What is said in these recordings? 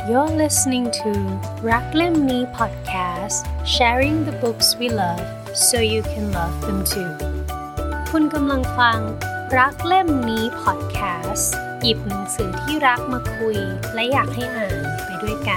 You're listening to รักเล่มนี้ podcast sharing the books we love so you can love them too คุณกำลังฟังรักเล่มนี้ podcast หยิบหนังสือที่รักมาคุยและอยากให้อ่านไปด้วยกัน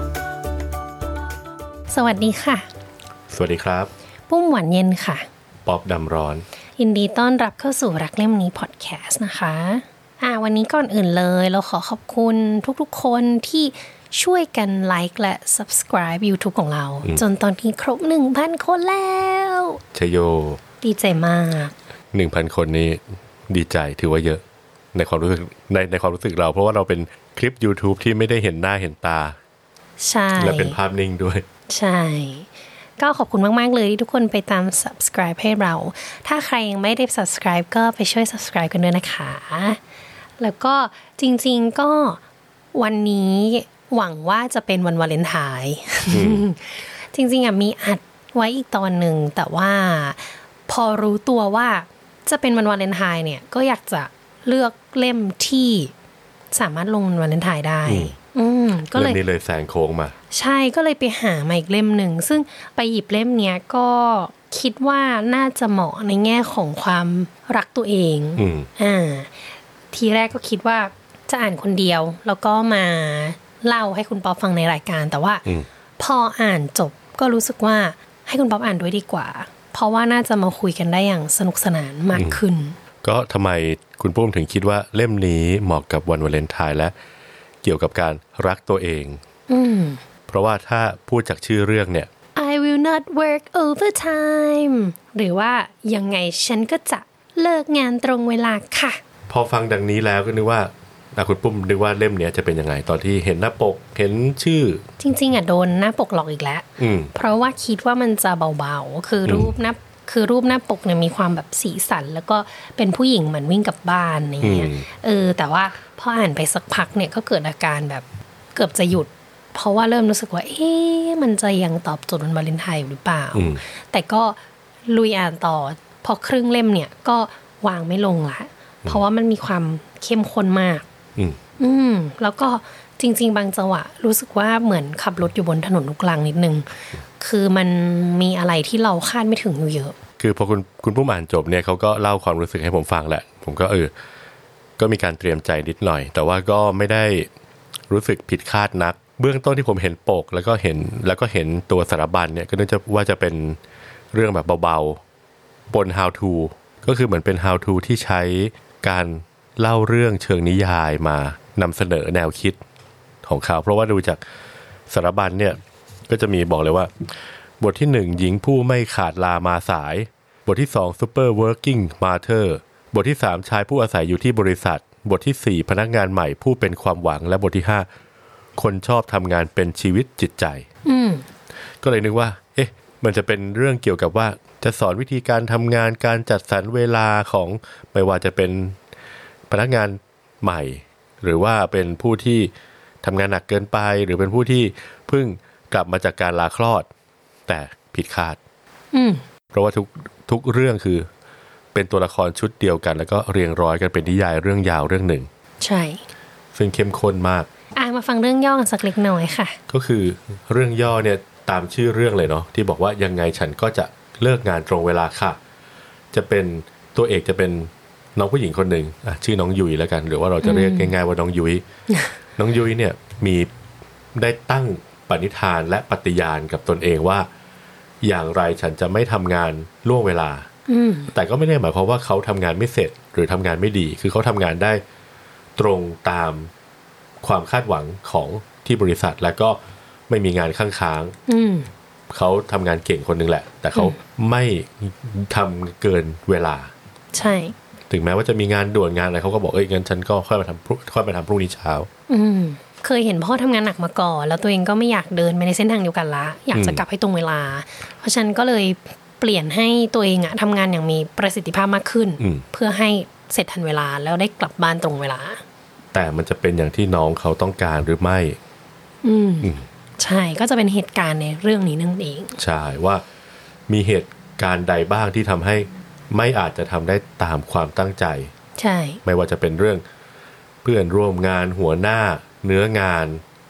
สวัสดีค่ะสวัสดีครับปุ้มหวานเย็นค่ะป๊อบดำร้อนยินดีต้อนรับเข้าสู่รักเล่มนี้ podcast นะคะวันนี้ก่อนอื่นเลยเราขอขอบคุณทุกๆคนที่ช่วยกันไลค์และ subscribe YouTube ของเราจนตอนนี้ครบ 1,000 คนแล้วชโยดีใจมาก 1,000 คนนี้ดีใจถือว่าเยอะในความรู้สึกในความรู้สึกเราเพราะว่าเราเป็นคลิป YouTube ที่ไม่ได้เห็นหน้าเห็นตาใช่และเป็นภาพนิ่งด้วยใช่ก็ขอบคุณมากๆเลยที่ทุกคนไปตาม subscribe ให้เราถ้าใครยังไม่ได้ subscribe ก็ไปช่วย subscribe กันด้วยนะคะแล้วก็จริงๆก็วันนี้หวังว่าจะเป็นวันวาเลนไทน์ จริงๆมีอัดไว้อีกตอนหนึ่งแต่ว่าพอรู้ตัวว่าจะเป็นวันวาเลนไทน์เนี่ยก็อยากจะเลือกเล่มที่สามารถลงวันวาเลนไทน์ได้ก็เลยนี่เลยแซงโค้งมาใช่ก็เลยไปหามาอีกเล่มหนึ่งซึ่งไปหยิบเล่มเนี้ยก็คิดว่าน่าจะเหมาะในแง่ของความรักตัวเองทีแรกก็คิดว่าจะอ่านคนเดียวแล้วก็มาเล่าให้คุณป๊อปฟังในรายการแต่ว่าพออ่านจบก็รู้สึกว่าให้คุณป๊อปอ่านด้วยดีกว่าเพราะว่าน่าจะมาคุยกันได้อย่างสนุกสนานมากขึ้นก็ทำไมคุณปุ้มถึงคิดว่าเล่มนี้เหมาะกับวันวาเลนไทน์และเกี่ยวกับการรักตัวเองเพราะว่าถ้าพูดจากชื่อเรื่องเนี่ย I will not work overtime หรือว่ายังไงฉันก็จะเลิกงานตรงเวลาค่ะพอฟังดังนี้แล้วก็นึกว่าคุณปุ้มนึกว่าเล่มนี้จะเป็นยังไงตอนที่เห็นหน้าปกเห็นชื่อจริงๆโดนหน้าปกหลอกอีกแล้วเพราะว่าคิดว่ามันจะเบาๆคือรูปหน้าปกเนี่ยมีความแบบสีสันแล้วก็เป็นผู้หญิงเหมือนวิ่งกลับบ้านอะไรเงี้ยแต่ว่าพออ่านไปสักพักเนี่ยก็เกิดอาการแบบเกือบจะหยุดเพราะว่าเริ่มรู้สึกว่ามันจะยังตอบโจทย์วันวาเลนไทน์หรือเปล่าแต่ก็ลุยอ่านต่อพอครึ่งเล่มเนี่ยก็วางไม่ลงละเพราะว่ามันมีความเข้มข้นมากแล้วก็จริงๆบางจังหวะรู้สึกว่าเหมือนขับรถอยู่บนถนนลูกรังนิดนึงคือมันมีอะไรที่เราคาดไม่ถึงอยู่เยอะคือพอคุณผู้อ่านจบเนี่ยเขาก็เล่าความรู้สึกให้ผมฟังแหละผมก็ก็มีการเตรียมใจนิดหน่อยแต่ว่าก็ไม่ได้รู้สึกผิดคาดนักเบื้องต้นที่ผมเห็นปกแล้วก็เห็นตัวสารบัญเนี่ยก็นึกว่าจะเป็นเรื่องแบบเบาๆปน how to ก็คือเหมือนเป็น how to ที่ใช้การเล่าเรื่องเชิงนิยายมานำเสนอแนวคิดของเขาเพราะว่าดูจากสารบัญเนี่ยก็จะมีบอกเลยว่าบทที่1หญิงผู้ไม่ขาดลามาสายบทที่2 super working mother บทที่3ชายผู้อาศัยอยู่ที่บริษัทบทที่4พนักงานใหม่ผู้เป็นความหวังและบทที่5คนชอบทำงานเป็นชีวิตจิตใจก็เลยนึกว่ามันจะเป็นเรื่องเกี่ยวกับว่าจะสอนวิธีการทำงานการจัดสรรเวลาของไม่ว่าจะเป็นพนักงานใหม่หรือว่าเป็นผู้ที่ทำงานหนักเกินไปหรือเป็นผู้ที่เพิ่งกลับมาจากการลาคลอดแต่ผิดคาดเพราะว่าทุกเรื่องคือเป็นตัวละครชุดเดียวกันแล้วก็เรียงร้อยกันเป็นนิยายเรื่องยาวเรื่องหนึ่งใช่ซึ่งเข้มข้นมากมาฟังเรื่องย่อกันสักเล็กน้อยค่ะก็คือเรื่องย่อเนี่ยตามชื่อเรื่องเลยเนาะที่บอกว่ายังไงฉันก็จะเลิกงานตรงเวลาค่ะจะเป็นตัวเอกจะเป็นน้องผู้หญิงคนหนึ่งชื่อน้องยุ้ยแล้วกันหรือว่าเราจะเรียกง่ายๆว่าน้องยุ้ย น้องยุ้ยเนี่ยมีได้ตั้งปณิธานและปฏิญาณกับตนเองว่าอย่างไรฉันจะไม่ทำงานล่วงเวลาแต่ก็ไม่ได้หมายความว่าเขาทำงานไม่เสร็จหรือทำงานไม่ดีคือเขาทำงานได้ตรงตามความคาดหวังของที่บริษัทและก็ไม่มีงานค้างเขาทำงานเก่งคนนึงแหละแต่เขาไม่ทำเกินเวลาใช่ถึงแม้ว่าจะมีงานด่วนงานอะไรเขาก็บอกงั้นฉันก็ค่อยมาทำพรุ่งนี้เช้าเคยเห็นพ่อทำงานหนักมาก่อนแล้วตัวเองก็ไม่อยากเดินไปในเส้นทางเดียวกันละอยากจะกลับให้ตรงเวลาเพราะฉะนั้นก็เลยเปลี่ยนให้ตัวเองทำงานอย่างมีประสิทธิภาพมากขึ้นเพื่อให้เสร็จทันเวลาแล้วได้กลับบ้านตรงเวลาแต่มันจะเป็นอย่างที่น้องเขาต้องการหรือไม่ใช่ก็จะเป็นเหตุการณ์ในเรื่องนี้นั่นเองใช่ว่ามีเหตุการณ์ใดบ้างที่ทำให้ไม่อาจจะทำได้ตามความตั้งใจใช่ไม่ว่าจะเป็นเรื่องเพื่อนร่วมงานหัวหน้าเนื้องาน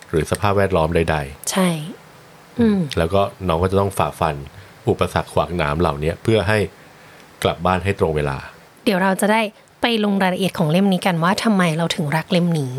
หรือสภาพแวดล้อมใดๆใช่แล้วก็น้องก็จะต้องฝ่าฟันอุปสรรคขวากหนามเหล่านี้เพื่อให้กลับบ้านให้ตรงเวลาเดี๋ยวเราจะได้ไปลงรายละเอียดของเล่มนี้กันว่าทำไมเราถึงรักเล่มนี้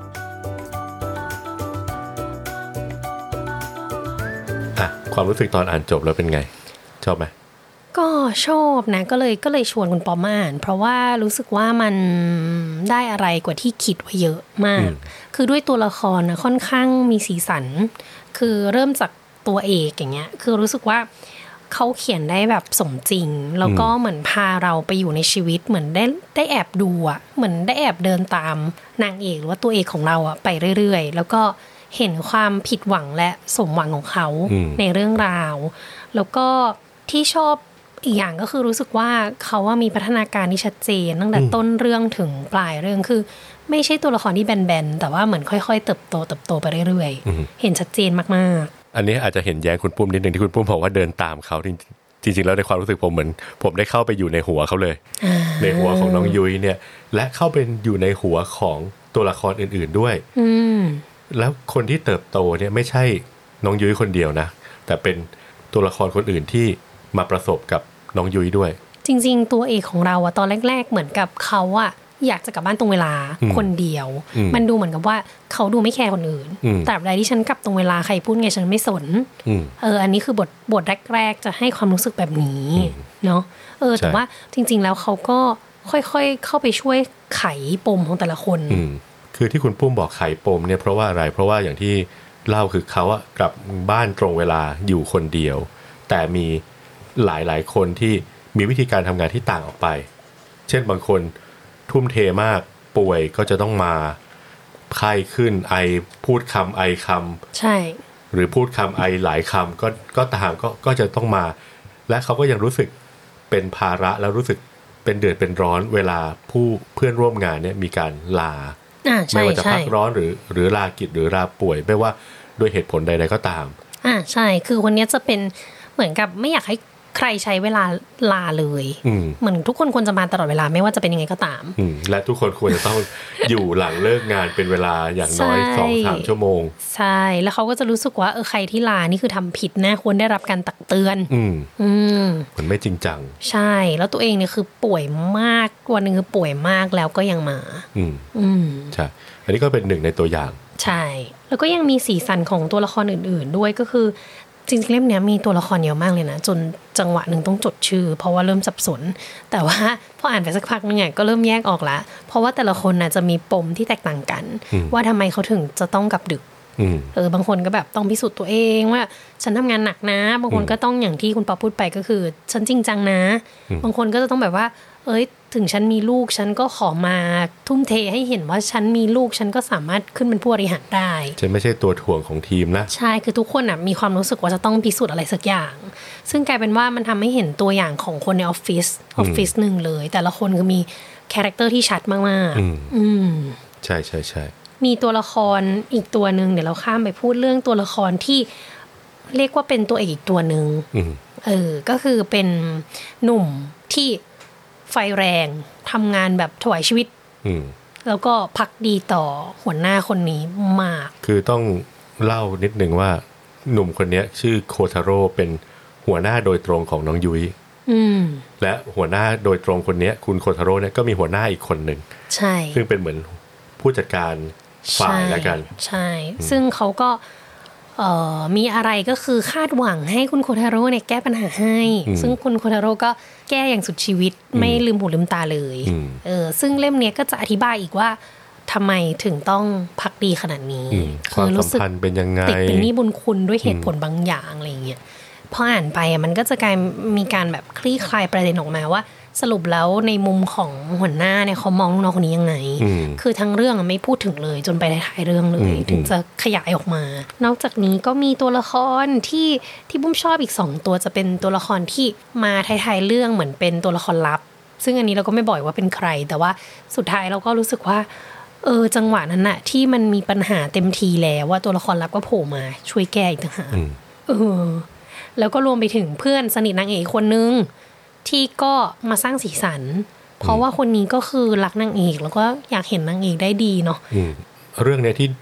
ความรู้สึกตอนอ่านจบแล้วเป็นไงชอบไหมก็ชอบนะก็เลยชวนคุณปอมอ่านเพราะว่ารู้สึกว่ามันได้อะไรกว่าที่คิดไว้เยอะมากคือด้วยตัวละครนะค่อนข้างมีสีสันคือเริ่มจากตัวเอกอย่างเงี้ยคือรู้สึกว่าเขาเขียนได้แบบสมจริงแล้วก็เหมือนพาเราไปอยู่ในชีวิตเหมือนได้แอบดูอ่ะเหมือนได้แอบเดินตามนางเอกหรือว่าตัวเอกของเราอ่ะไปเรื่อยๆแล้วก็เห็นความผิดหวังและสมหวังของเขาในเรื่องราวแล้วก็ที่ชอบอีกอย่างก็คือรู้สึกว่าเขาว่ามีพัฒนาการที่ชัดเจนตั้งแต่ต้นเรื่องถึงปลายเรื่องคือไม่ใช่ตัวละครที่แบนๆแต่ว่าเหมือนค่อยๆเติบโตไปเรื่อยๆเห็นชัดเจนมากๆอันนี้อาจจะเห็นแย้งคุณปุ้มนิดนึงที่คุณปุ้มบอกว่าเดินตามเขาจริงๆแล้วในความรู้สึกผมเหมือนผมได้เข้าไปอยู่ในหัวเขาเลยในหัวของน้องยุ้ยเนี่ยและเข้าไปอยู่ในหัวของตัวละครอื่นๆด้วยแล้วคนที่เติบโตเนี่ยไม่ใช่น้องยุ้ยคนเดียวนะแต่เป็นตัวละครคนอื่นที่มาประสบกับน้องยุ้ยด้วยจริงๆตัวเอกของเราอะตอนแรกๆเหมือนกับเขาอะอยากจะกลับบ้านตรงเวลาคนเดียวมันดูเหมือนกับว่าเขาดูไม่แคร์คนอื่นแต่ใดที่ฉันกลับตรงเวลาใครพูดไงฉันไม่สนอันนี้คือบทแรกๆจะให้ความรู้สึกแบบนี้เนาะแต่ว่าจริงๆแล้วเขาก็ค่อยๆเข้าไปช่วยไขปมของแต่ละคนคือที่คุณปุ้มบอกไขปมเนี่ยเพราะว่าอะไรเพราะว่าอย่างที่เล่าคือเขาอะกลับบ้านตรงเวลาอยู่คนเดียวแต่มีหลายๆคนที่มีวิธีการทำงานที่ต่างออกไปเช่นบางคนทุ่มเทมากป่วยก็จะต้องมาไข้ขึ้นไอพูดคำไอคำใช่หรือพูดคำไอหลายคำก็ตามก็จะต้องมาและเขาก็ยังรู้สึกเป็นภาระแล้วรู้สึกเป็นเดือดเป็นร้อนเวลาเพื่อนร่วมงานเนี่ยมีการลาไม่ว่าจะพักร้อนหรือลากิจหรือลาป่วยไม่ว่าด้วยเหตุผลใดๆก็ตามใช่คือคนนี้จะเป็นเหมือนกับไม่อยากให้ใครใช้เวลาลาเลยเหมือนทุกคนควรจะมาตลอดเวลาไม่ว่าจะเป็นยังไงก็ตามและทุกคนควรจะต้อง อยู่หลังเลิกงานเป็นเวลาอย่างน้อย 2-3 ชั่วโมงใช่แล้วเขาก็จะรู้สึกว่าใครที่ลานี่คือทำผิดนะควรได้รับการตักเตือนมันไม่จริงจังใช่แล้วตัวเองเนี่ยคือป่วยมากวันนึงคือป่วยมากแล้วก็ยังมาใช่อันนี้ก็เป็นหนึ่งในตัวอย่างใช่แล้วก็ยังมีสีสันของตัวละครอื่นๆด้วยก็คือจริงๆเล่มนี้มีตัวละครเยอะมากเลยนะจนจังหวะหนึ่งต้องจดชื่อเพราะว่าเริ่มสับสนแต่ว่าพออ่านไปสักพักนึงก็เริ่มแยกออกละเพราะว่าแต่ละคนน่ะจะมีปมที่แตกต่างกันว่าทำไมเขาถึงจะต้องกลับดึกบางคนก็แบบต้องพิสูจน์ตัวเองว่าฉันทำงานหนักนะบางคนก็ต้องอย่างที่คุณปอพูดไปก็คือฉันจริงจังนะบางคนก็จะต้องแบบว่าถึงฉันมีลูกฉันก็ขอมาทุ่มเทให้เห็นว่าฉันมีลูกฉันก็สามารถขึ้นเป็นผู้บริหารได้ฉันไม่ใช่ตัวถ่วงของทีมนะใช่คือทุกคนมีความรู้สึกว่าจะต้องพิสูจน์อะไรสักอย่างซึ่งกลายเป็นว่ามันทำให้เห็นตัวอย่างของคนในออฟฟิศหนึ่งเลยแต่ละคนก็มีคาแรคเตอร์ที่ชัดมากๆใช่ใช่ใช่มีตัวละครอีกตัวนึงเดี๋ยวเราข้ามไปพูดเรื่องตัวละครที่เรียกว่าเป็นตัวเอกอีกตัวนึงก็คือเป็นหนุ่มที่ไฟแรงทำงานแบบถวายชีวิตแล้วก็ภักดีต่อหัวหน้าคนนี้มากคือต้องเล่านิดนึงว่าหนุ่มคนนี้ชื่อโคทาโร่เป็นหัวหน้าโดยตรงของน้องยุ้ยและหัวหน้าโดยตรงคนนี้คุณโคทาโร่เนี่ยก็มีหัวหน้าอีกคนหนึ่งใช่ซึ่งเป็นเหมือนผู้จัดการฝ่ายละกันใช่ซึ่งเขาก็มีอะไรก็คือคาดหวังให้คุณโคทาโร่เนี่ยแก้ปัญหาให้ซึ่งคุณโคทาโร่ก็แก้อย่างสุดชีวิตไม่ลืมหูลืมตาเลยซึ่งเล่มนี้ก็จะอธิบายอีกว่าทำไมถึงต้องภักดีขนาดนี้ความสัมพันธ์เป็นยังไงติดเป็นหนี้บุญคุณด้วยเหตุผลบางอย่างอะไรเงี้ยพออ่านไปมันก็จะกลายมีการแบบคลี่คลายประเด็นออกมาว่าสรุปแล้วในมุมของหัวหน้าเนี่ยเขามองน้องคนนี้ยังไงคือทั้งเรื่องไม่พูดถึงเลยจนไปท้ายเรื่องเลยถึงจะขยายออกมานอกจากนี้ก็มีตัวละครที่บุ้มชอบอีก2ตัวจะเป็นตัวละครที่มาท้ายๆเรื่องเหมือนเป็นตัวละครลับซึ่งอันนี้เราก็ไม่บอกว่าเป็นใครแต่ว่าสุดท้ายเราก็รู้สึกว่าจังหวะนั้นน่ะที่มันมีปัญหาเต็มทีแล้วว่าตัวละครลับก็โผล่มาช่วยแก้อีกต่างหากแล้วก็รวมไปถึงเพื่อนสนิทนางเอกคนนึงที่ก็มาสร้างสีสันเพราะว่าคนนี้ก็คือรักนางเอกแล้วก็อยากเห็นนางเอกได้ดีเนาะเรื่องนี้ที่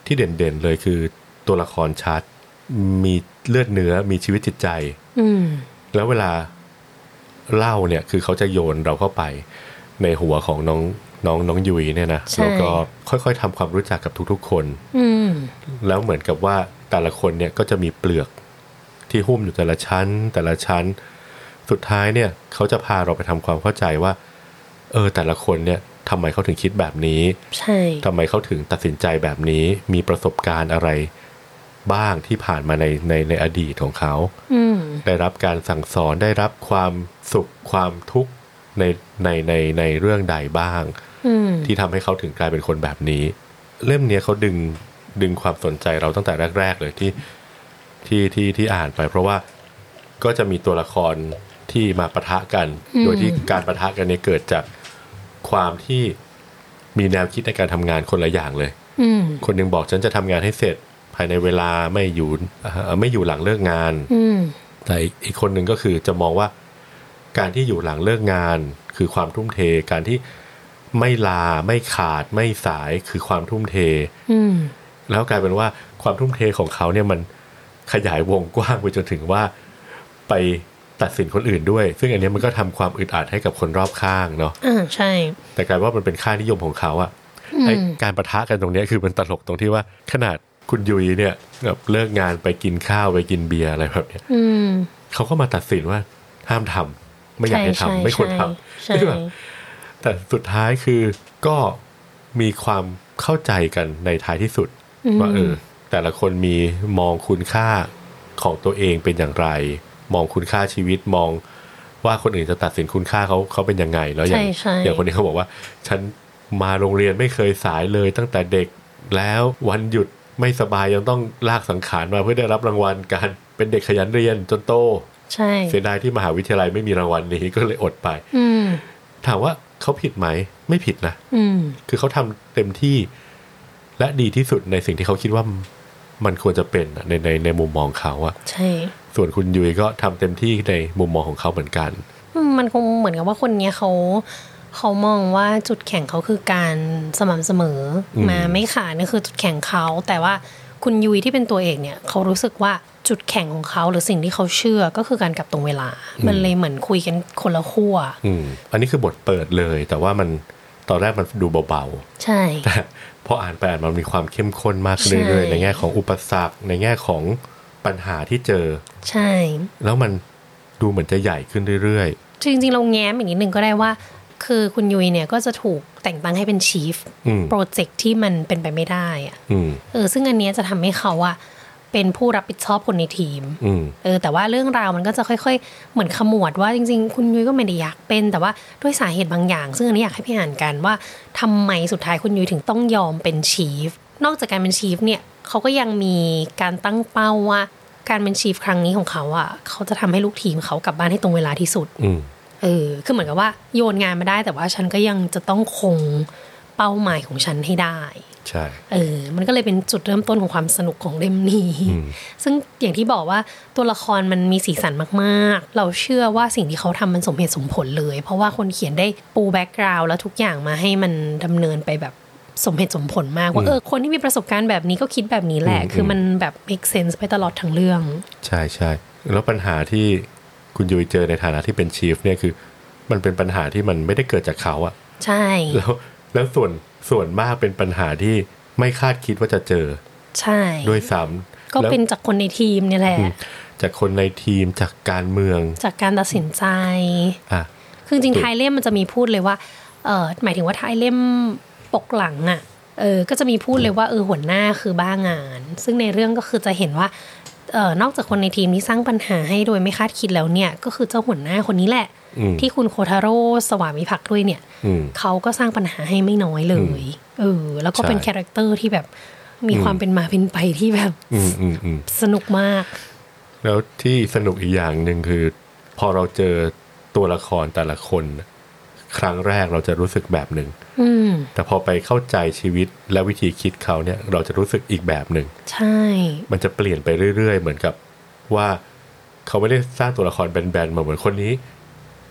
ที่เด่นๆเลยคือตัวละครชัดมีเลือดเนื้อมีชีวิตจิตใจแล้วเวลาเล่าเนี่ยคือเขาจะโยนเราเข้าไปในหัวของน้องยุ้ยเนี่ยนะแล้วก็ค่อยๆทำความรู้จักกับทุกๆคนแล้วเหมือนกับว่าแต่ละคนเนี่ยก็จะมีเปลือกที่หุ้มอยู่แต่ละชั้นสุดท้ายเนี่ยเขาจะพาเราไปทำความเข้าใจว่าแต่ละคนเนี่ยทำไมเขาถึงคิดแบบนี้ใช่ทำไมเขาถึงตัดสินใจแบบนี้มีประสบการณ์อะไรบ้างที่ผ่านมาในอดีตของเขาได้รับการสั่งสอนได้รับความสุขความทุกข์ในเรื่องใดบ้างที่ทำให้เขาถึงกลายเป็นคนแบบนี้เล่มนี้เขาดึงความสนใจเราตั้งแต่แรกๆเลยที่อ่านไปเพราะว่าก็จะมีตัวละครที่มาปะทะกันโดยที่การปะทะกันนี้เกิดจากความที่มีแนวคิดในการทำงานคนละอย่างเลยคนหนึ่งบอกฉันจะทำงานให้เสร็จภายในเวลาไม่อยู่หลังเลิกงานแต่อีกคนหนึ่งก็คือจะมองว่าการที่อยู่หลังเลิกงานคือความทุ่มเทการที่ไม่ลาไม่ขาดไม่สายคือความทุ่มเทแล้วกลายเป็นว่าความทุ่มเทของเขาเนี่ยมันขยายวงกว้างไปจนถึงว่าไปตัดสินคนอื่นด้วยซึ่งอันนี้มันก็ทำความอึดอัดให้กับคนรอบข้างเนาะใช่แต่กลายว่ามันเป็นค่านิยมของเขาอะไอการปะทะกันตรงนี้คือมันตลกตรงที่ว่าขนาดคุณยุ้ยเนี่ยแบบเลิกงานไปกินข้าวไปกินเบียร์อะไรแบบเนี้ยเขาก็มาตัดสินว่าห้ามทำไม่อยากให้ทำไม่ควรทำใช่ป่ะแต่สุดท้ายคือก็มีความเข้าใจกันในท้ายที่สุดว่าแต่ละคนมีมองคุณค่าของตัวเองเป็นอย่างไรมองคุณค่าชีวิตมองว่าคนอื่นจะตัดสินคุณค่าเขาเป็นยังไงแล้วอย่างคนนี้เขาบอกว่าฉันมาโรงเรียนไม่เคยสายเลยตั้งแต่เด็กแล้ววันหยุดไม่สบายยังต้องลากสังขารมาเพื่อได้รับรางวัลการเป็นเด็กขยันเรียนจนโตใช่เสียดายที่มหาวิทยาลัยไม่มีรางวัลนี้ก็เลยอดไปถามว่าเขาผิดไหมไม่ผิดนะคือเขาทำเต็มที่และดีที่สุดในสิ่งที่เขาคิดว่ามันควรจะเป็นในมุมมองเขาอะใช่ส่วนคุณยุ้ยก็ทำเต็มที่ในมุมมองของเขาเหมือนกันมันคงเหมือนกับว่าคนนี้เขามองว่าจุดแข็งเขาคือการสม่ำเสมอมาไม่ขาดนี่คือจุดแข็งเขาแต่ว่าคุณยุ้ยที่เป็นตัวเอกเนี่ยเขารู้สึกว่าจุดแข็งของเขาหรือสิ่งที่เขาเชื่อก็คือการกลับตรงเวลามันเลยเหมือนคุยกันคนละขั้วอันนี้คือบทเปิดเลยแต่ว่ามันตอนแรกมันดูเบาๆใช่แต่พออ่านไปอ่านมันมีความเข้มข้นมากเรื่อยๆในแง่ของอุปสรรคในแง่ของปัญหาที่เจอใช่แล้วมันดูเหมือนจะใหญ่ขึ้นเรื่อยๆจริงๆเราแง้มอีกนิดนึงก็ได้ว่าคือคุณยุ้ยเนี่ยก็จะถูกแต่งตั้งให้เป็นชีฟโปรเจกต์ที่มันเป็นไปไม่ได้อะซึ่งอันนี้จะทำให้เขาอะเป็นผู้รับผิดชอบคนในทีมแต่ว่าเรื่องราวมันก็จะค่อยๆเหมือนขมวดว่าจริงๆคุณยุ้ยก็ไม่ได้อยากเป็นแต่ว่าด้วยสาเหตุบางอย่างซึ่งอันนี้อยากให้พี่อ่านกันว่าทำไมสุดท้ายคุณยุ้ยถึงต้องยอมเป็นชีฟนอกจากการเป็นชีฟเนี่ยเขาก็ยังมีการตั้งเป้าว่าการเป็นชีฟครั้งนี้ของเขาอ่ะเขาจะทำให้ลูกทีมเขากลับบ้านให้ตรงเวลาที่สุดคือเหมือนกับว่าโยนงานมาได้แต่ว่าฉันก็ยังจะต้องคงเป้าหมายของฉันให้ได้ใช่มันก็เลยเป็นจุดเริ่มต้นของความสนุกของเล่มนี้ซึ่งอย่างที่บอกว่าตัวละครมันมีสีสันมากๆเราเชื่อว่าสิ่งที่เขาทำมันสมเหตุสมผลเลยเพราะว่าคนเขียนได้ปูแบ็กกราวด์แล้วทุกอย่างมาให้มันดำเนินไปแบบสมเหตุสมผลมากว่าคนที่มีประสบการณ์แบบนี้ก็คิดแบบนี้แหละคือมันแบบ make sense ไปตลอดทั้งเรื่องใช่ใช่แล้วปัญหาที่คุณยุ้ยเจอในฐานะที่เป็นชีฟเนี่ยคือมันเป็นปัญหาที่มันไม่ได้เกิดจากเขาอะใช่แล้วส่วนมากเป็นปัญหาที่ไม่คาดคิดว่าจะเจอใช่ด้วยซ้ำก็เป็นจากคนในทีมนี่แหละจากคนในทีมจากการเมืองจากการตัดสินใจคือจริงท้ายเล่มมันจะมีพูดเลยว่าหมายถึงว่าท้ายเล่มปกหลังอ่ะก็จะมีพูดเลยว่าหัวหน้าคือบ้างานซึ่งในเรื่องก็คือจะเห็นว่านอกจากคนในทีมที่สร้างปัญหาให้โดยไม่คาดคิดแล้วเนี่ยก็คือเจ้าหัวหน้าคนนี้แหละที่คุณโคทาโร่สวามิภักดิ์ด้วยเนี่ยเขาก็สร้างปัญหาให้ไม่น้อยเลยแล้วก็เป็นคาแรคเตอร์ที่แบบมีความเป็นมาเป็นไปที่แบบสนุกมากแล้วที่สนุกอีกอย่างนึงคือพอเราเจอตัวละครแต่ละคนครั้งแรกเราจะรู้สึกแบบนึงแต่พอไปเข้าใจชีวิตและวิธีคิดเขาเนี่ยเราจะรู้สึกอีกแบบนึงใช่มันจะเปลี่ยนไปเรื่อยๆเหมือนกับว่าเขาไม่ได้สร้างตัวละครแบนๆมาเหมือนคนนี้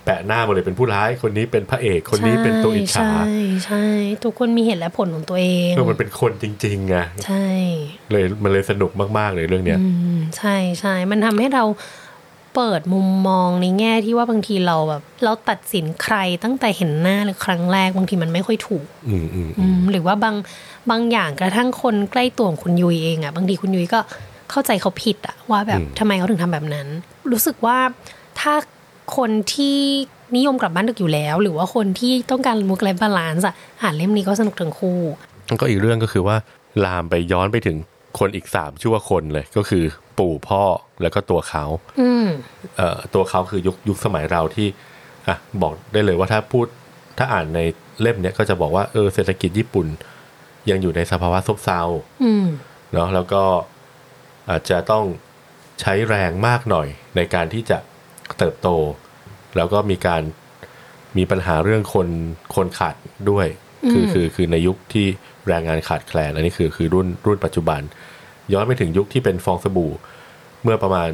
แปะหน้ามาเลยเป็นผู้ร้ายคนนี้เป็นพระเอกคนนี้เป็นตัวอิจฉาใช่ทุกคนมีเหตุและผลของตัวเองมันเป็นคนจริงๆไงใช่เลยมันเลยสนุกมากๆเลยเรื่องเนี้ยใช่มันทำให้เราเปิดมุมมองในแง่ที่ว่าบางทีเราแบบเราตัดสินใครตั้งแต่เห็นหน้าหรือครั้งแรกบางทีมันไม่ค่อยถูกหรือว่าบางอย่างกระทั่งคนใกล้ตัวของคุณยุ้ยเองอ่ะบางทีคุณยุ้ยก็เข้าใจเขาผิดอ่ะว่าแบบทำไมเขาถึงทำแบบนั้นรู้สึกว่าถ้าคนที่นิยมกลับบ้านดึกอยู่แล้วหรือว่าคนที่ต้องการมุกไลฟ์บาลานซ์อ่านเล่มนี้ก็สนุกทั้งคู่ก็อีกเรื่องก็คือว่าลามไปย้อนไปถึงคนอีก3ชั่วคนเลยก็คือปู่พ่อแล้วก็ตัวเขาตัวเขาคือยุคสมัยเราที่บอกได้เลยว่าถ้าอ่านในเล่มเนี้ยก็จะบอกว่าเศรษฐกิจญี่ปุ่นยังอยู่ในสภาวะซบเซาเนาะแล้วก็อาจจะต้องใช้แรงมากหน่อยในการที่จะเติบโตแล้วก็มีปัญหาเรื่องคนขาดด้วยคือในยุคที่แรงงานขาดแคลนอันนี้คือรุ่นปัจจุบันย้อนไปถึงยุคที่เป็นฟองสบู่เมื่อประมาณ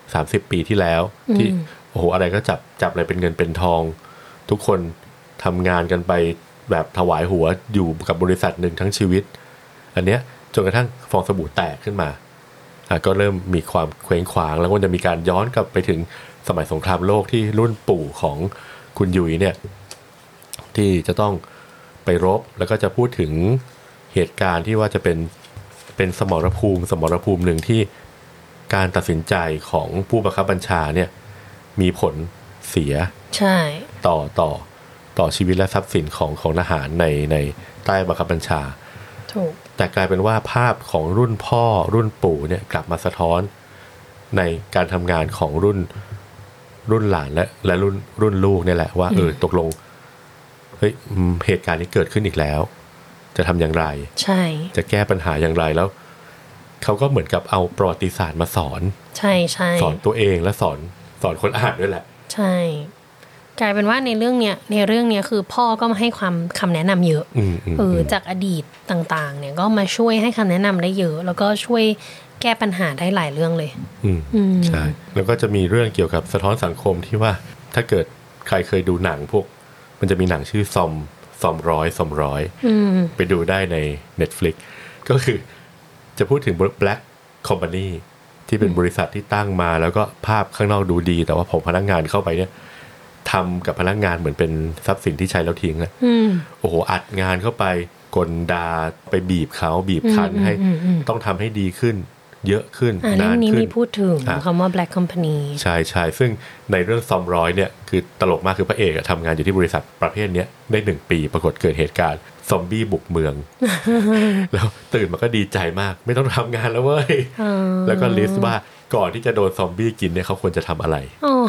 30ปีที่แล้วที่โอ้โหอะไรก็จับอะไรเป็นเงินเป็นทองทุกคนทำงานกันไปแบบถวายหัวอยู่กับบริษัทหนึ่งทั้งชีวิตอันเนี้ยจนกระทั่งฟองสบู่แตกขึ้นมาก็เริ่มมีความเคว้งคว้างแล้วก็จะมีการย้อนกลับไปถึงสมัยสงครามโลกที่รุ่นปู่ของคุณยุ้ยเนี่ยที่จะต้องไปรบแล้วก็จะพูดถึงเหตุการณ์ที่ว่าจะเป็นสมรภูมิหนึ่งที่การตัดสินใจของผู้บังคับบัญชาเนี่ยมีผลเสียใช่ต่อชีวิตและทรัพย์สินของทหารในใต้บังคับบัญชาถูกแต่กลายเป็นว่าภาพของรุ่นพ่อรุ่นปู่เนี่ยกลับมาสะท้อนในการทำงานของรุ่นหลานและรุ่นลูกเนี่ยแหละว่าตกลงเฮ้ยเหตุการณ์นี้เกิดขึ้นอีกแล้วจะทำอย่างไรใช่จะแก้ปัญหาอย่างไรแล้วเขาก็เหมือนกับเอาประวัติศาสตร์มาสอนใช่สอนตัวเองและสอนคนอ่านด้วยแหละใช่กลายเป็นว่าในเรื่องเนี้ยคือพ่อก็มาให้คำแนะนำเยอะจากอดีตต่างๆเนี่ยก็มาช่วยให้คำแนะนำได้เยอะแล้วก็ช่วยแก้ปัญหาได้หลายเรื่องเลยใช่แล้วก็จะมีเรื่องเกี่ยวกับสะท้อนสังคมที่ว่าถ้าเกิดใครเคยดูหนังพวกมันจะมีหนังชื่อซอมร้อยไปดูได้ใน Netflix ก็คือจะพูดถึง Black Company ที่เป็นบริษัทที่ตั้งมาแล้วก็ภาพข้างนอกดูดีแต่ว่าพอพนักงานเข้าไปเนี่ยทำกับพนักงานเหมือนเป็นทรัพย์สินที่ใช้แล้วทิ้งนะโอ้โหอัดงานเข้าไปกลดาไปบีบคั้นให้ต้องทำให้ดีขึ้นเยอะขึ้นนานขึ้นมีพูดถึงคำว่า Black Company ใช่ซึ่งในเรื่องซอมร้อยเนี่ยคือตลกมากคือพระเอกทำงานอยู่ที่บริษัทประเภทนี้ได้1 ปีปรากฏเกิดเหตุการณ์ซอมบี้บุกเมือง แล้วตื่นมาก็ดีใจมากไม่ต้องทำงานแล้วเว้ยแล้วก็ลิสต์ว่าก่อนที่จะโดนซอมบี้กินเนี่ยเขาควรจะทำอะไร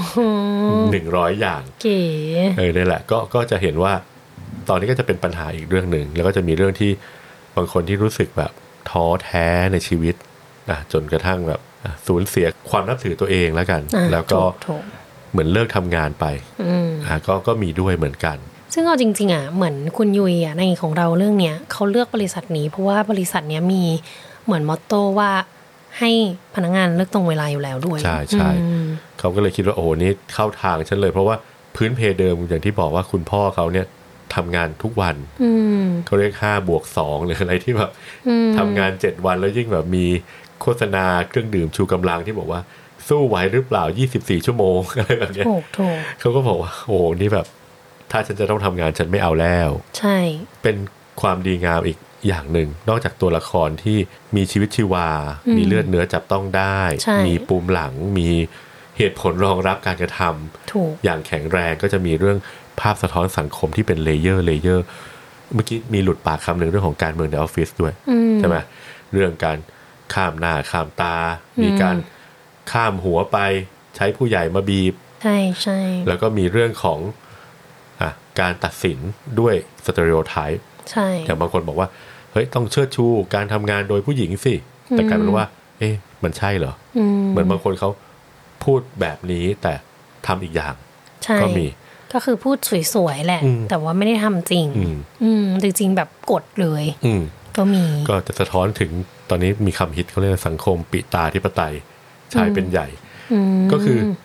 100 อย่างเก๋นี่แหละก็จะเห็นว่าตอนนี้ก็จะเป็นปัญหาอีกเรื่องหนึ่งแล้วก็จะมีเรื่องที่บางคนที่รู้สึกแบบท้อแท้ในชีวิตจนกระทั่งแบบสูญเสียความนับถือตัวเองแล้วกันแล้วก็เหมือนเลิกทำงานไปก็มีด้วยเหมือนกันซึ่งเอาจริงๆเหมือนคุณยุ้ยในของเราเรื่องเนี้ยเขาเลือกบริษัทนี้เพราะว่าบริษัทเนี้ยมีเหมือนมอตโต้ว่าให้พนักงานเลิกตรงเวลาอยู่แล้วด้วยใช่เขาก็เลยคิดว่าโอ้โหนี่เข้าทางฉันเลยเพราะว่าพื้นเพเดิมอย่างที่บอกว่าคุณพ่อเขาเนี่ยทำงานทุกวันเขาเรียก5+2หรืออะไรที่แบบทำงาน7 วันแล้วยิ่งแบบมีโฆษณาเครื่องดื่มชูกำลังที่บอกว่าสู้ไหวหรือเปล่า24 ชั่วโมงอะไรแบบนี้เขาก็บอกว่าโอ้นี่แบบถ้าฉันจะต้องทำงานฉันไม่เอาแล้วใช่เป็นความดีงามอีกอย่างหนึ่งนอกจากตัวละครที่มีชีวิตชีวามีเลือดเนื้อจับต้องได้มีปูมหลังมีเหตุผลรองรับการกระทำอย่างแข็งแรงก็จะมีเรื่องภาพสะท้อนสังคมที่เป็นเลเยอร์เมื่อกี้มีหลุดปากคำหนึ่งเรื่องของการเมืองในออฟฟิศด้วยใช่ไหมเรื่องการข้ามหน้าข้ามตามีการข้ามหัวไปใช้ผู้ใหญ่มาบีบใช่แล้วก็มีเรื่องของการตัดสินด้วยสเตอริโอไทป์อย่างบางคนบอกว่าเฮ้ยต้องเชิดชูการทำงานโดยผู้หญิงสิแต่กลายเป็นว่ามันใช่เหรอเหมือนบางคนเขาพูดแบบนี้แต่ทำอีกอย่างก็มีก็คือพูดสวยๆแหละแต่ว่าไม่ได้ทำจริงจริงๆแบบกดเลยก็มีก็จะสะท้อนถึงตอนนี้มีคำฮิตเขาเรียกสังคมปิตาธิปไตยชายเป็นใหญ่ก็คือ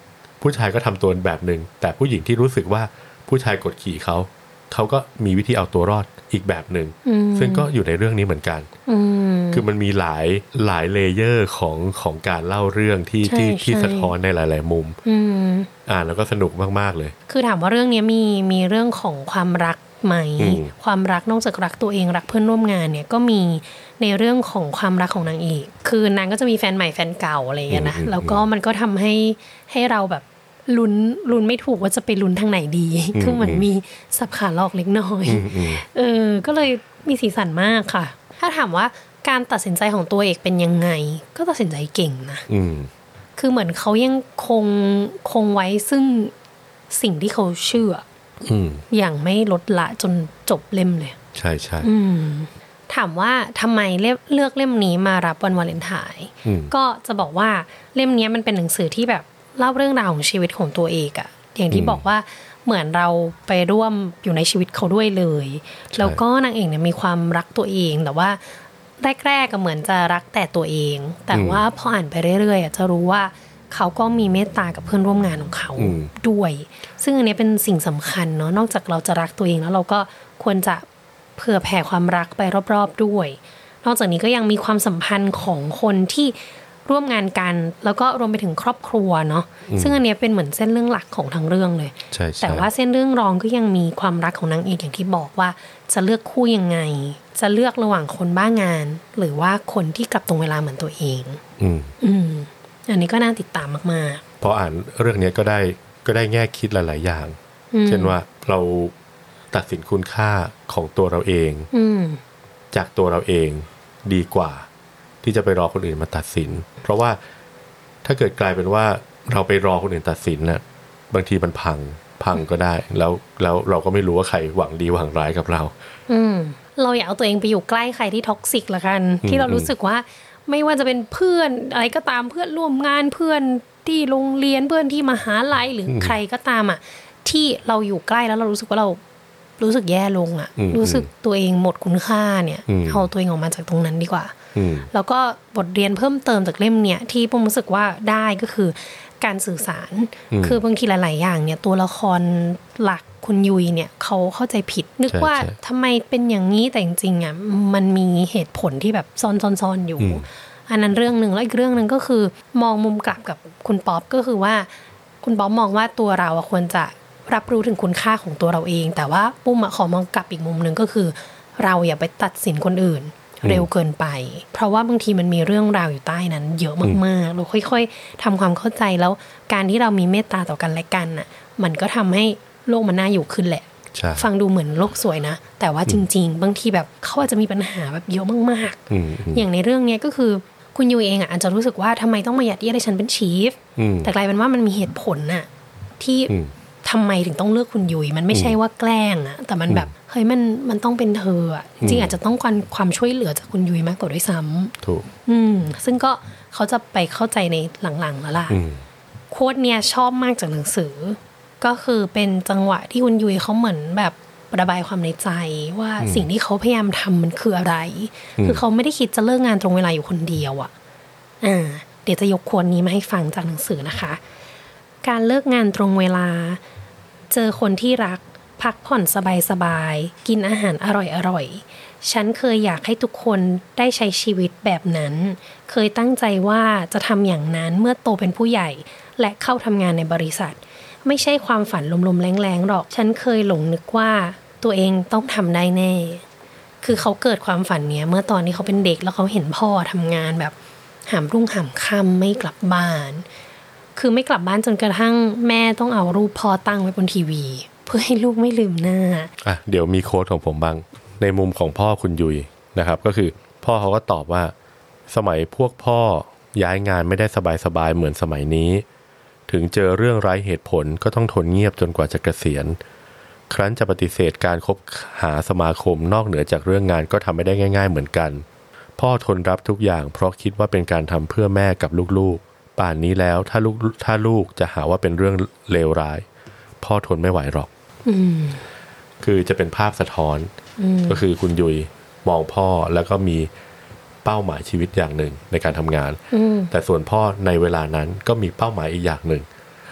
ผู้ชายก็ทำตัวแบบนึงแต่ผู้หญิงที่รู้สึกว่าผู้ชายกดขี่เขาก็มีวิธีเอาตัวรอดอีกแบบนึงซึ่งก็อยู่ในเรื่องนี้เหมือนกันคือมันมีหลายเลเยอร์ของการเล่าเรื่องที่สะท้อนในหลายๆมุมแล้วก็สนุกมากๆเลยคือถามว่าเรื่องนี้มีเรื่องของความรักไหมความรักนอกจากรักตัวเองรักเพื่อนร่วมงานเนี่ยก็มีในเรื่องของความรักของนางเอกคือนางก็จะมีแฟนใหม่แฟนเก่าอะไรอย่างเงี้ยนะแล้วก็มันก็ทำให้เราแบบลุ้นไม่ถูกว่าจะไปลุ้นทางไหนดีคือเหมือนมีสับขาหลอกเล็กน้อยก็เลยมีสีสันมากค่ะถ้าถามว่าการตัดสินใจของตัวเอกเป็นยังไงก็ตัดสินใจเก่งนะคือเหมือนเขายังคงไว้ซึ่งสิ่งที่เขาเชื่ออย่างไม่ลดละจนจบเล่มเลยใช่ใช่ถามว่าทำไมเลือกเล่มนี้มารับวันวาเลนไทน์ก็จะบอกว่าเล่มนี้มันเป็นหนังสือที่แบบเล่าเรื่องราวของชีวิตของตัวเอกอะอย่างที่บอกว่าเหมือนเราไปร่วมอยู่ในชีวิตเขาด้วยเลยแล้วก็นางเอกเนี่ยมีความรักตัวเองแต่ว่าแรกๆก็เหมือนจะรักแต่ตัวเองแต่ว่าพออ่านไปเรื่อยๆจะรู้ว่าเขาก็มีเมตตากับเพื่อนร่วมงานของเขาด้วยซึ่งอันนี้เป็นสิ่งสำคัญเนาะนอกจากเราจะรักตัวเองแล้วเราก็ควรจะเผื่อแผ่ความรักไปรอบๆด้วยนอกจากนี้ก็ยังมีความสัมพันธ์ของคนที่ร่วมงานกันแล้วก็รวมไปถึงครอบครัวเนาะซึ่งอันนี้เป็นเหมือนเส้นเรื่องหลักของทั้งเรื่องเลยแต่ว่าเส้นเรื่องรองก็ยังมีความรักของนางเอกอย่างที่บอกว่าจะเลือกคู่ยังไงจะเลือกระหว่างคนบ้างานหรือว่าคนที่กลับตรงเวลาเหมือนตัวเองอันนี้ก็น่าติดตามมากๆพออ่านเรื่องนี้ก็ได้แง่คิดหลายๆอย่างเช่นว่าเราตัดสินคุณค่าของตัวเราเองจากตัวเราเองดีกว่าที่จะไปรอคนอื่นมาตัดสินเพราะว่าถ้าเกิดกลายเป็นว่าเราไปรอคนอื่นตัดสินน่ะบางทีมันพังก็ได้แล้วเราก็ไม่รู้ว่าใครหวังดีหวังร้ายกับเราเราอยากเอาตัวเองไปอยู่ใกล้ใครที่ท็อกซิกละกันที่เรารู้สึกว่าไม่ว่าจะเป็นเพื่อนอะไรก็ตามเพื่อนร่วมงานเพื่อนที่โรงเรียนเพื่อนที่มหาลัยหรือใครก็ตามอ่ะที่เราอยู่ใกล้แล้วเรารู้สึกว่าเรารู้สึกแย่ลงอ่ะรู้สึกตัวเองหมดคุณค่าเนี่ยเอาตัวเองออกมาจากตรงนั้นดีกว่าแล้วก็บทเรียนเพิ่มเติมจากเล่มเนี่ยที่ผมรู้สึกว่าได้ก็คือการสื่อสารคือบางทีหลายๆอย่างเนี่ยตัวละครหลักคุณยุยเนี่ยเขาเข้าใจผิดนึกว่าทำไมเป็นอย่างนี้แต่จริงๆอ่ะมันมีเหตุผลที่แบบซ่อนๆอยู่อันนั้นเรื่องนึงแล้วอีกเรื่องนึงก็คือมองมุมกลับกับคุณป๊อปก็คือว่าคุณป๊อปมองว่าตัวเราควรจะรับรู้ถึงคุณค่าของตัวเราเองแต่ว่าปุ้มขอมองกลับอีกมุมนึงก็คือเราอย่าไปตัดสินคนอื่นเร็วเกินไปเพราะว่าบางทีมันมีเรื่องราวอยู่ใต้นั้นเยอะมากๆเราค่อยๆทำความเข้าใจแล้วการที่เรามีเมตตาต่อกันและกันน่ะมันก็ทำให้โลกมันน่าอยู่ขึ้นแหละฟังดูเหมือนโลกสวยนะแต่ว่าจริงๆบางทีแบบเขาอาจจะมีปัญหาแบบเยอะมากๆอย่างในเรื่องนี้ก็คือคุณยูเองอาจจะรู้สึกว่าทำไมต้องมายัดเยียดให้ฉันเป็นชีฟแต่กลายเป็นว่ามันมีเหตุผลน่ะที่ทำไมถึงต้องเลือกคุณยุยมันไม่ใช่ว่าแกล้งอะแต่มันแบบเฮ้ยมันต้องเป็นเธออะจริงอาจจะต้องการความช่วยเหลือจากคุณยุยมากกว่าด้วยซ้ำถูกซึ่งก็เขาจะไปเข้าใจในหลังๆแล้วล่ะโค้ดเนี่ยชอบมากจากหนังสือก็คือเป็นจังหวะที่คุณยุยเขาเหมือนแบบระบายความในใจว่าสิ่งที่เขาพยายามทำมันคืออะไรคือเขาไม่ได้คิดจะเลิกงานตรงเวลาอยู่คนเดียวอะเดี๋ยวจะยกโค้ดนี้มาให้ฟังจากหนังสือนะคะการเลิกงานตรงเวลาเจอคนที่รักพักผ่อนสบายๆกินอาหารอร่อยๆฉันเคยอยากให้ทุกคนได้ใช้ชีวิตแบบนั้นเคยตั้งใจว่าจะทำอย่างนั้นเมื่อโตเป็นผู้ใหญ่และเข้าทำงานในบริษัทไม่ใช่ความฝันลมๆแรงๆหรอกฉันเคยหลงนึกว่าตัวเองต้องทำได้แน่คือเขาเกิดความฝันเนี้ยเมื่อตอนที่เขาเป็นเด็กแล้วเขาเห็นพ่อทำงานแบบหามรุ่งหามค่ำไม่กลับบ้านคือไม่กลับบ้านจนกระทั่งแม่ต้องเอารูปพ่อตั้งไว้บนทีวีเพื่อให้ลูกไม่ลืมหน้าเดี๋ยวมีโค้ดของผมบ้างในมุมของพ่อคุณยุยนะครับก็คือพ่อเขาก็ตอบว่าสมัยพวกพ่อย้ายงานไม่ได้สบายๆเหมือนสมัยนี้ถึงเจอเรื่องไร้เหตุผลก็ต้องทนเงียบจนกว่าจะเกษียณครั้นจะปฏิเสธการคบหาสมาคมนอกเหนือจากเรื่องงานก็ทำไม่ได้ง่ายๆเหมือนกันพ่อทนรับทุกอย่างเพราะคิดว่าเป็นการทำเพื่อแม่กับลูกๆป่านนี้แล้วถ้าลูกจะหาว่าเป็นเรื่องเลวร้ายพ่อทนไม่ไหวหรอกคือจะเป็นภาพสะท้อนก็คือคุณยุยมองพ่อแล้วก็มีเป้าหมายชีวิตอย่างหนึ่งในการทำงานแต่ส่วนพ่อในเวลานั้นก็มีเป้าหมายอีกอย่างหนึ่ง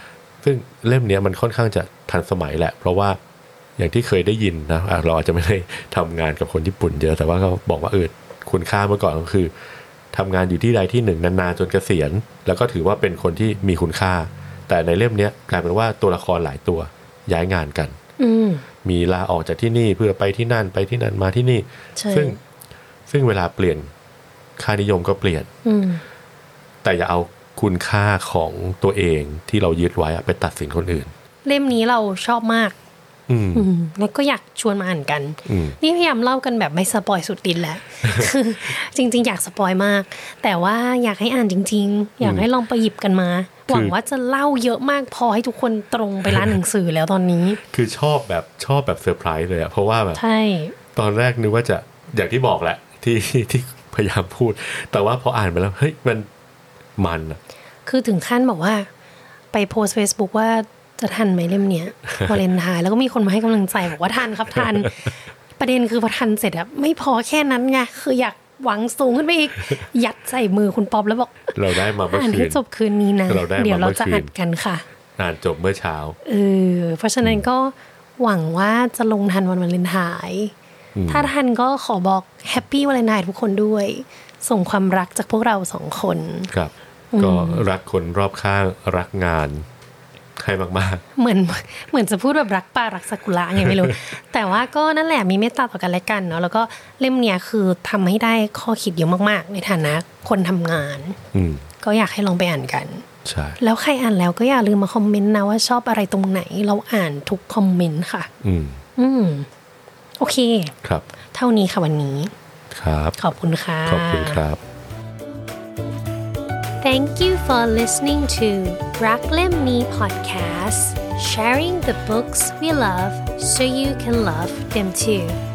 ซึ่งเล่มนี้มันค่อนข้างจะทันสมัยแหละเพราะว่าอย่างที่เคยได้ยินนะเราอาจจะไม่ได้ทำงานกับคนญี่ปุ่นเยอะแต่ว่าเขาบอกว่าคุณค่าเมื่อก่อนก็คือทำงานอยู่ที่ใดที่หนึ่งนานๆจนเกษียณแล้วก็ถือว่าเป็นคนที่มีคุณค่าแต่ในเล่มนี้กลายเป็นว่าตัวละครหลายตัวย้ายงานกันมีลาออกจากที่นี่เพื่อไปที่นั่นไปที่นั่นมาที่นี่ซึ่งเวลาเปลี่ยนค่านิยมก็เปลี่ยนแต่อย่าเอาคุณค่าของตัวเองที่เรายึดไว้ไปตัดสินคนอื่นเล่มนี้เราชอบมากแล้วก็อยากชวนมาอ่านกันนี่พยายามเล่ากันแบบไม่สปอยสุดดินแหละคือจริงๆอยากสปอยมากแต่ว่าอยากให้อ่านจริงๆอยากให้ลองไปหยิบกันมาหวังว่าจะเล่าเยอะมากพอให้ทุกคนตรงไปร้านหนังสือแล้วตอนนี้คือชอบแบบเซอร์ไพรส์เลยอะเพราะว่าแบบใช่ตอนแรกนึกว่าจะอย่างที่บอกแหละที่พยายามพูดแต่ว่าพออ่านไปแล้วเฮ้ยมันอะคือถึงขั้นบอกว่าไปโพสต์ Facebook ว่าจะทันไหมเล่มเนี้ยวาเลนไทน์แล้วก็มีคนมาให้กำลังใจบอกว่าทันครับทันประเด็นคือพอทันเสร็จอะไม่พอแค่นั้นไงคืออยากหวังสูงขึ้นไปอีกยัดใส่มือคุณป๊อบแล้วบอกเราได้มาเมื่อคืนอ่านให้จบคืนนี้นะเดี๋ยวเราจะอัดกันค่ะอ่านจบเมื่อเช้าเพราะฉะนั้นก็หวังว่าจะลงทันวันวาเลนไทน์ถ้าทันก็ขอบอกแฮปปี้วาเลนไทน์ทุกคนด้วยส่งความรักจากพวกเรา2 คนครับก็รักคนรอบข้างรักงานให้มากๆเหมือนจะพูดแบบรักป่ารักซากุระไงไม่รู้ แต่ว่าก็นั่นแหละมีเมตตาต่อกันและกันเนาะแล้วก็เล่มเนี้ยคือทำให้ได้ข้อคิดเยอะมากๆในฐานะคนทำงานก็อยากให้ลองไปอ่านกันใช่แล้วใครอ่านแล้วก็อย่าลืมมาคอมเมนต์นะว่าชอบอะไรตรงไหนเราอ่านทุกคอมเมนต์ค่ะโอเคครับเท่านี้ค่ะวันนี้ครับขอบคุณค่ะขอบคุณครับ Thank you for listening to รักเล่มนี้ podcast sharing the books we love so you can love them too